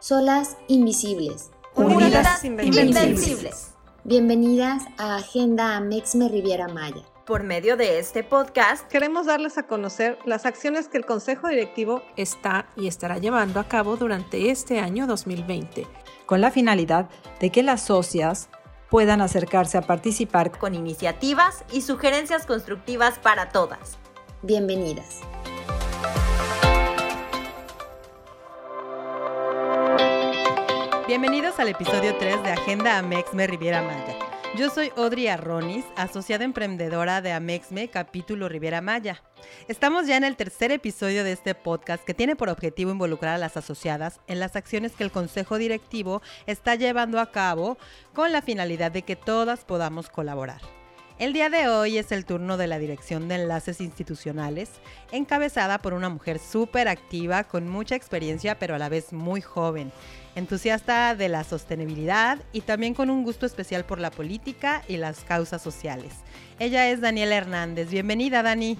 Solas invisibles. Unidas invencibles. Bienvenidas a Agenda Amexme Riviera Maya. Por medio de este podcast, queremos darles a conocer las acciones que el Consejo Directivo está y estará llevando a cabo durante este año 2020, con la finalidad de que las socias puedan acercarse a participar con iniciativas y sugerencias constructivas para todas. Bienvenidas. Bienvenidos al episodio 3 de Agenda Amexme Riviera Maya. Yo soy Audrey Arronis, asociada emprendedora de Amexme, capítulo Riviera Maya. Estamos ya en el tercer episodio de este podcast que tiene por objetivo involucrar a las asociadas en las acciones que el Consejo Directivo está llevando a cabo con la finalidad de que todas podamos colaborar. El día de hoy es el turno de la Dirección de Enlaces Institucionales, encabezada por una mujer súper activa, con mucha experiencia, pero a la vez muy joven, entusiasta de la sostenibilidad y también con un gusto especial por la política y las causas sociales. Ella es Daniela Hernández. Bienvenida, Dani.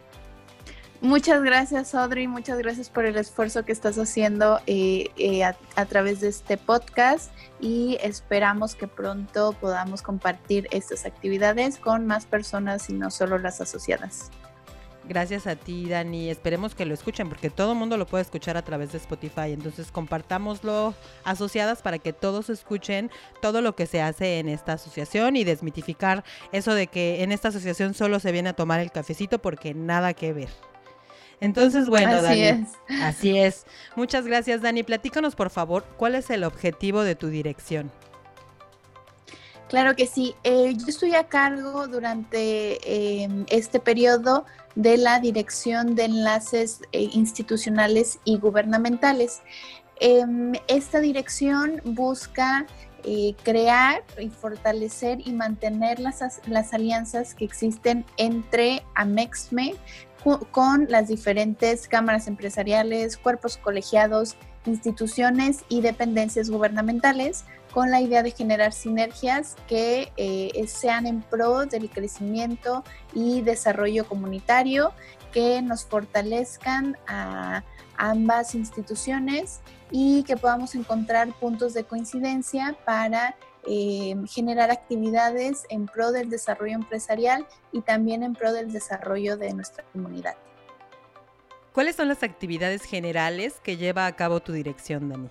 Muchas gracias, Audrey. Muchas gracias por el esfuerzo que estás haciendo a través de este podcast y esperamos que pronto podamos compartir estas actividades con más personas y no solo las asociadas. Gracias a ti, Dani. Esperemos que lo escuchen porque todo el mundo lo puede escuchar a través de Spotify. Entonces compartámoslo, asociadas, para que todos escuchen todo lo que se hace en esta asociación y desmitificar eso de que en esta asociación solo se viene a tomar el cafecito, porque nada que ver. Entonces, bueno, Dani, así es. Muchas gracias, Dani. Platícanos, por favor, ¿cuál es el objetivo de tu dirección? Claro que sí. Yo estoy a cargo durante este periodo de la Dirección de Enlaces Institucionales y Gubernamentales. Esta dirección busca crear y fortalecer y mantener las alianzas que existen entre Amexme con las diferentes cámaras empresariales, cuerpos colegiados, instituciones y dependencias gubernamentales, con la idea de generar sinergias que sean en pro del crecimiento y desarrollo comunitario, que nos fortalezcan a ambas instituciones y que podamos encontrar puntos de coincidencia para generar actividades en pro del desarrollo empresarial y también en pro del desarrollo de nuestra comunidad. ¿Cuáles son las actividades generales que lleva a cabo tu dirección, Dani?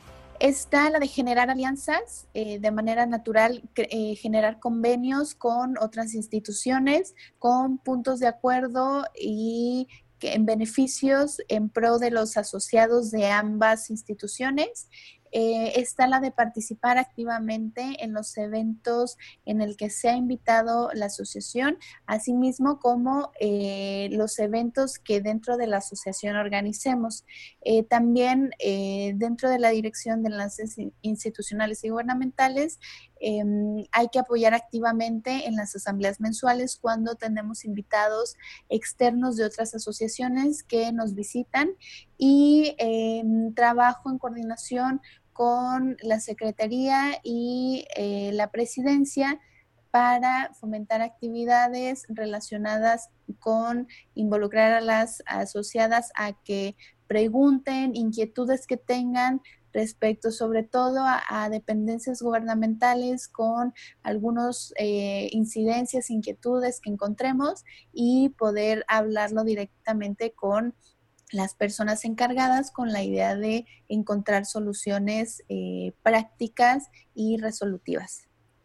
Está la de generar alianzas, de manera natural, generar convenios con otras instituciones, con puntos de acuerdo y en beneficios en pro de los asociados de ambas instituciones. Está la de participar activamente en los eventos en el que se ha invitado la asociación, asimismo como los eventos que dentro de la asociación organicemos. También dentro de la Dirección de Enlaces Institucionales y Gubernamentales hay que apoyar activamente en las asambleas mensuales cuando tenemos invitados externos de otras asociaciones que nos visitan y trabajo en coordinación con la Secretaría y la Presidencia para fomentar actividades relacionadas con involucrar a las asociadas a que pregunten inquietudes que tengan respecto sobre todo a dependencias gubernamentales con algunas incidencias, inquietudes que encontremos y poder hablarlo directamente con las personas encargadas con la idea de encontrar soluciones prácticas y resolutivas.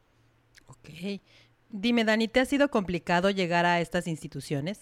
Ok. Dime, Dani, ¿te ha sido complicado llegar a estas instituciones?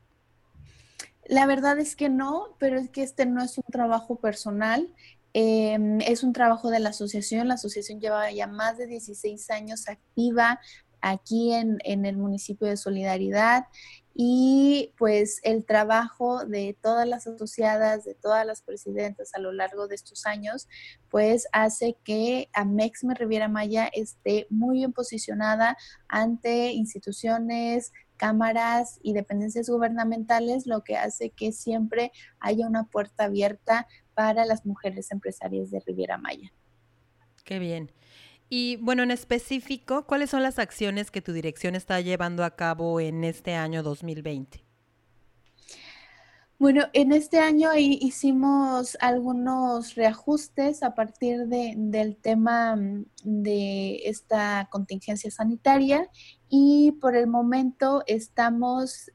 La verdad es que no, pero es que este no es un trabajo personal. Es un trabajo de la asociación. La asociación lleva ya más de 16 años activa aquí en el municipio de Solidaridad y pues el trabajo de todas las asociadas, de todas las presidentas a lo largo de estos años, pues hace que Amexme Riviera Maya esté muy bien posicionada ante instituciones, cámaras y dependencias gubernamentales, lo que hace que siempre haya una puerta abierta para las mujeres empresarias de Riviera Maya. Qué bien. Y bueno, en específico, ¿cuáles son las acciones que tu dirección está llevando a cabo en este año 2020? Bueno, en este año hicimos algunos reajustes a partir del tema de esta contingencia sanitaria y por el momento estamos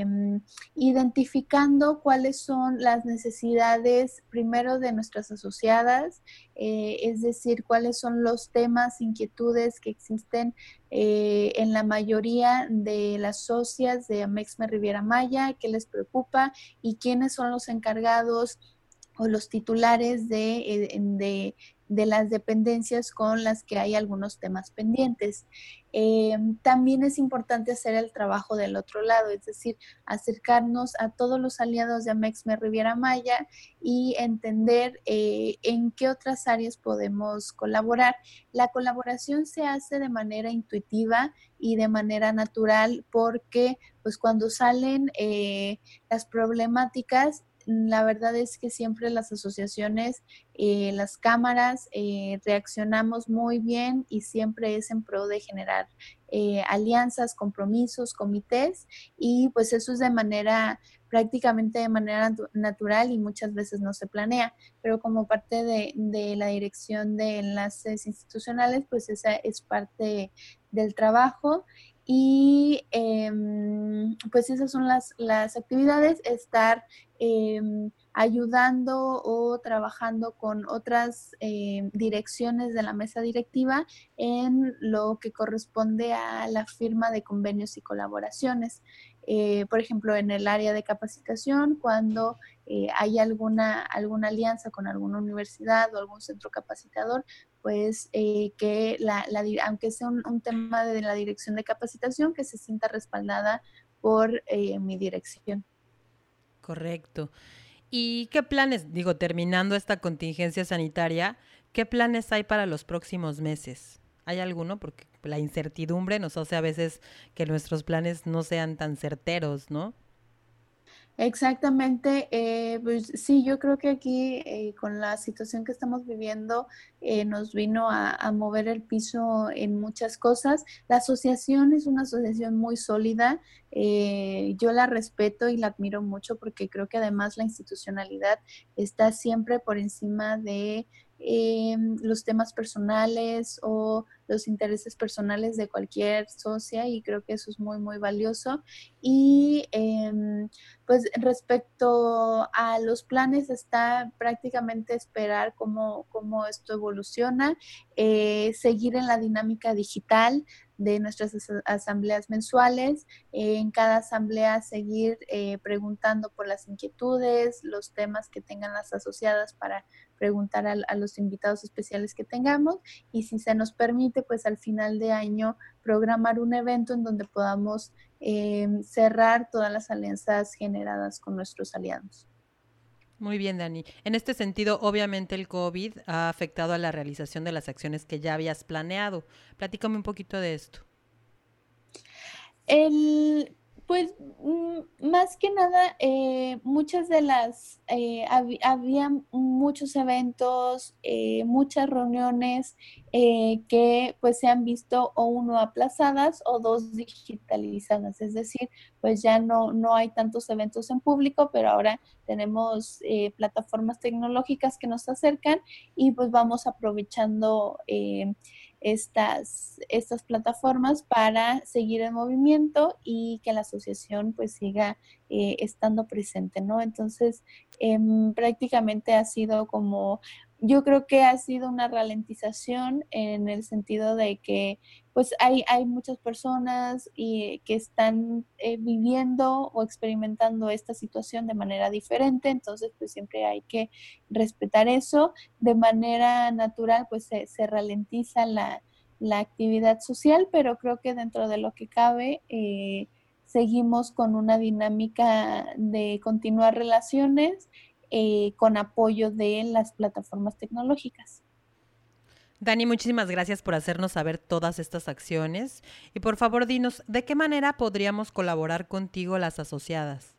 identificando cuáles son las necesidades primero de nuestras asociadas, es decir, cuáles son los temas, inquietudes que existen en la mayoría de las socias de Amexme Riviera Maya, qué les preocupa y quiénes son los encargados o los titulares de las dependencias con las que hay algunos temas pendientes. También es importante hacer el trabajo del otro lado, es decir, acercarnos a todos los aliados de Amexme Riviera Maya y entender en qué otras áreas podemos colaborar. La colaboración se hace de manera intuitiva y de manera natural porque pues cuando salen las problemáticas, la verdad es que siempre las asociaciones, las cámaras, reaccionamos muy bien y siempre es en pro de generar alianzas, compromisos, comités y pues eso es de manera prácticamente de manera natural y muchas veces no se planea, pero como parte de la dirección de enlaces institucionales, pues esa es parte del trabajo y pues esas son las actividades, estar ayudando o trabajando con otras direcciones de la mesa directiva en lo que corresponde a la firma de convenios y colaboraciones. Por ejemplo, en el área de capacitación, cuando hay alguna alianza con alguna universidad o algún centro capacitador, pues que aunque sea un tema de la dirección de capacitación, que se sienta respaldada por mi dirección. Correcto. ¿Y qué planes, digo, terminando esta contingencia sanitaria, qué planes hay para los próximos meses? ¿Hay alguno? Porque la incertidumbre nos hace a veces que nuestros planes no sean tan certeros, ¿no? Exactamente, pues sí, yo creo que aquí con la situación que estamos viviendo nos vino a mover el piso en muchas cosas. La asociación es una asociación muy sólida, yo la respeto y la admiro mucho porque creo que además la institucionalidad está siempre por encima de los temas personales o los intereses personales de cualquier socia y creo que eso es muy, muy valioso. Y pues respecto a los planes está prácticamente esperar cómo esto evoluciona, seguir en la dinámica digital de nuestras asambleas mensuales, en cada asamblea seguir preguntando por las inquietudes, los temas que tengan las asociadas para preguntar a los invitados especiales que tengamos y si se nos permite, pues al final de año programar un evento en donde podamos cerrar todas las alianzas generadas con nuestros aliados. Muy bien, Dani. En este sentido, obviamente el COVID ha afectado a la realización de las acciones que ya habías planeado. Platícame un poquito de esto. Pues más que nada, muchas de las, había muchos eventos, muchas reuniones que pues se han visto o uno aplazadas o dos digitalizadas, es decir, pues ya no hay tantos eventos en público, pero ahora tenemos plataformas tecnológicas que nos acercan y pues vamos aprovechando estas plataformas para seguir el movimiento y que la asociación pues siga estando presente, ¿no? Entonces, prácticamente ha sido como, yo creo que ha sido una ralentización en el sentido de que pues hay muchas personas que están viviendo o experimentando esta situación de manera diferente, entonces pues siempre hay que respetar eso. De manera natural pues se ralentiza la actividad social, pero creo que dentro de lo que cabe seguimos con una dinámica de continuar relaciones con apoyo de las plataformas tecnológicas. Dani, muchísimas gracias por hacernos saber todas estas acciones y por favor dinos, ¿de qué manera podríamos colaborar contigo las asociadas?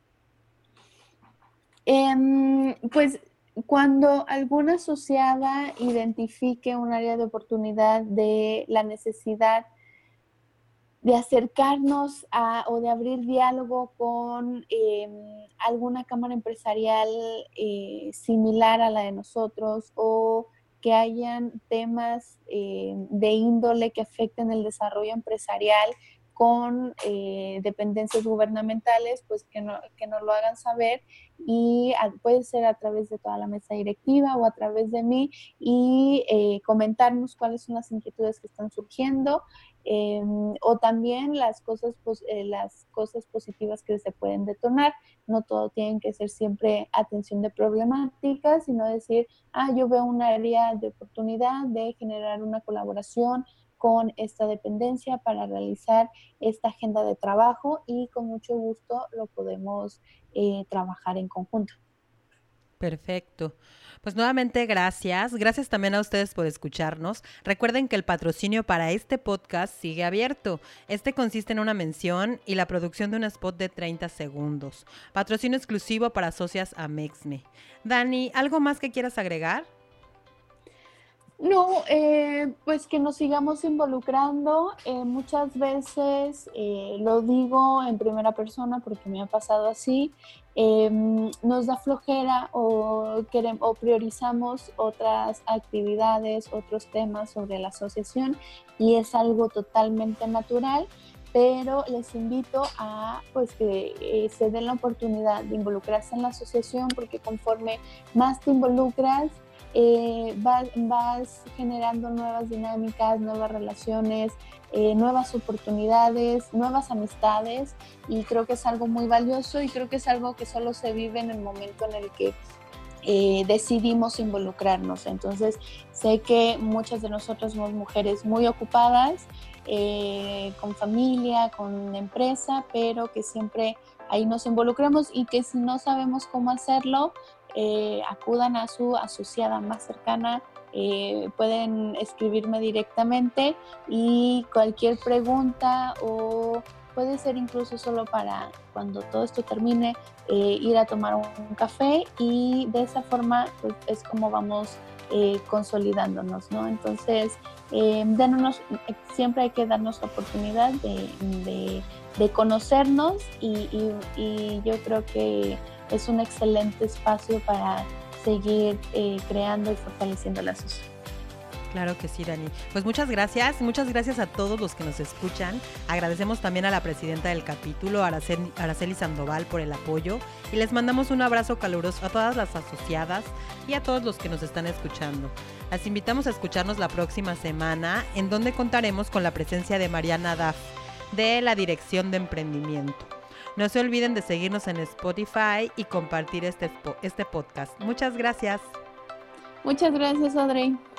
Pues cuando alguna asociada identifique un área de oportunidad de la necesidad de acercarnos o de abrir diálogo con alguna cámara empresarial similar a la de nosotros, o que hayan temas de índole que afecten el desarrollo empresarial con dependencias gubernamentales, pues que nos lo hagan saber, y puede ser a través de toda la mesa directiva o a través de mí, y comentarnos cuáles son las inquietudes que están surgiendo, o también las cosas positivas que se pueden detonar. No todo tiene que ser siempre atención de problemáticas, sino decir, yo veo un área de oportunidad de generar una colaboración con esta dependencia para realizar esta agenda de trabajo, y con mucho gusto lo podemos trabajar en conjunto. Perfecto. Pues nuevamente gracias. Gracias también a ustedes por escucharnos. Recuerden que el patrocinio para este podcast sigue abierto. Este consiste en una mención y la producción de un spot de 30 segundos. Patrocinio exclusivo para socias Amexme. Dani, ¿algo más que quieras agregar? No, pues que nos sigamos involucrando. Muchas veces lo digo en primera persona porque me ha pasado así. Nos da flojera o priorizamos otras actividades, otros temas sobre la asociación, y es algo totalmente natural, pero les invito a pues que se den la oportunidad de involucrarse en la asociación, porque conforme más te involucras, vas generando nuevas dinámicas, nuevas relaciones, nuevas oportunidades, nuevas amistades, y creo que es algo muy valioso, y creo que es algo que solo se vive en el momento en el que decidimos involucrarnos. Entonces sé que muchas de nosotros somos mujeres muy ocupadas, con familia, con empresa, pero que siempre ahí nos involucramos, y que si no sabemos cómo hacerlo, acudan a su asociada más cercana. Pueden escribirme directamente, y cualquier pregunta, o puede ser incluso solo para cuando todo esto termine, ir a tomar un café, y de esa forma pues, es como vamos consolidándonos, ¿no? Entonces, siempre hay que darnos la oportunidad de conocernos, y yo creo que es un excelente espacio para seguir creando y fortaleciendo la asociación. Claro que sí, Dani. Pues muchas gracias a todos los que nos escuchan. Agradecemos también a la presidenta del capítulo, Araceli Sandoval, por el apoyo, y les mandamos un abrazo caluroso a todas las asociadas y a todos los que nos están escuchando. Las invitamos a escucharnos la próxima semana, en donde contaremos con la presencia de Mariana Daff, de la Dirección de Emprendimiento. No se olviden de seguirnos en Spotify y compartir este podcast. Muchas gracias. Muchas gracias, Audrey.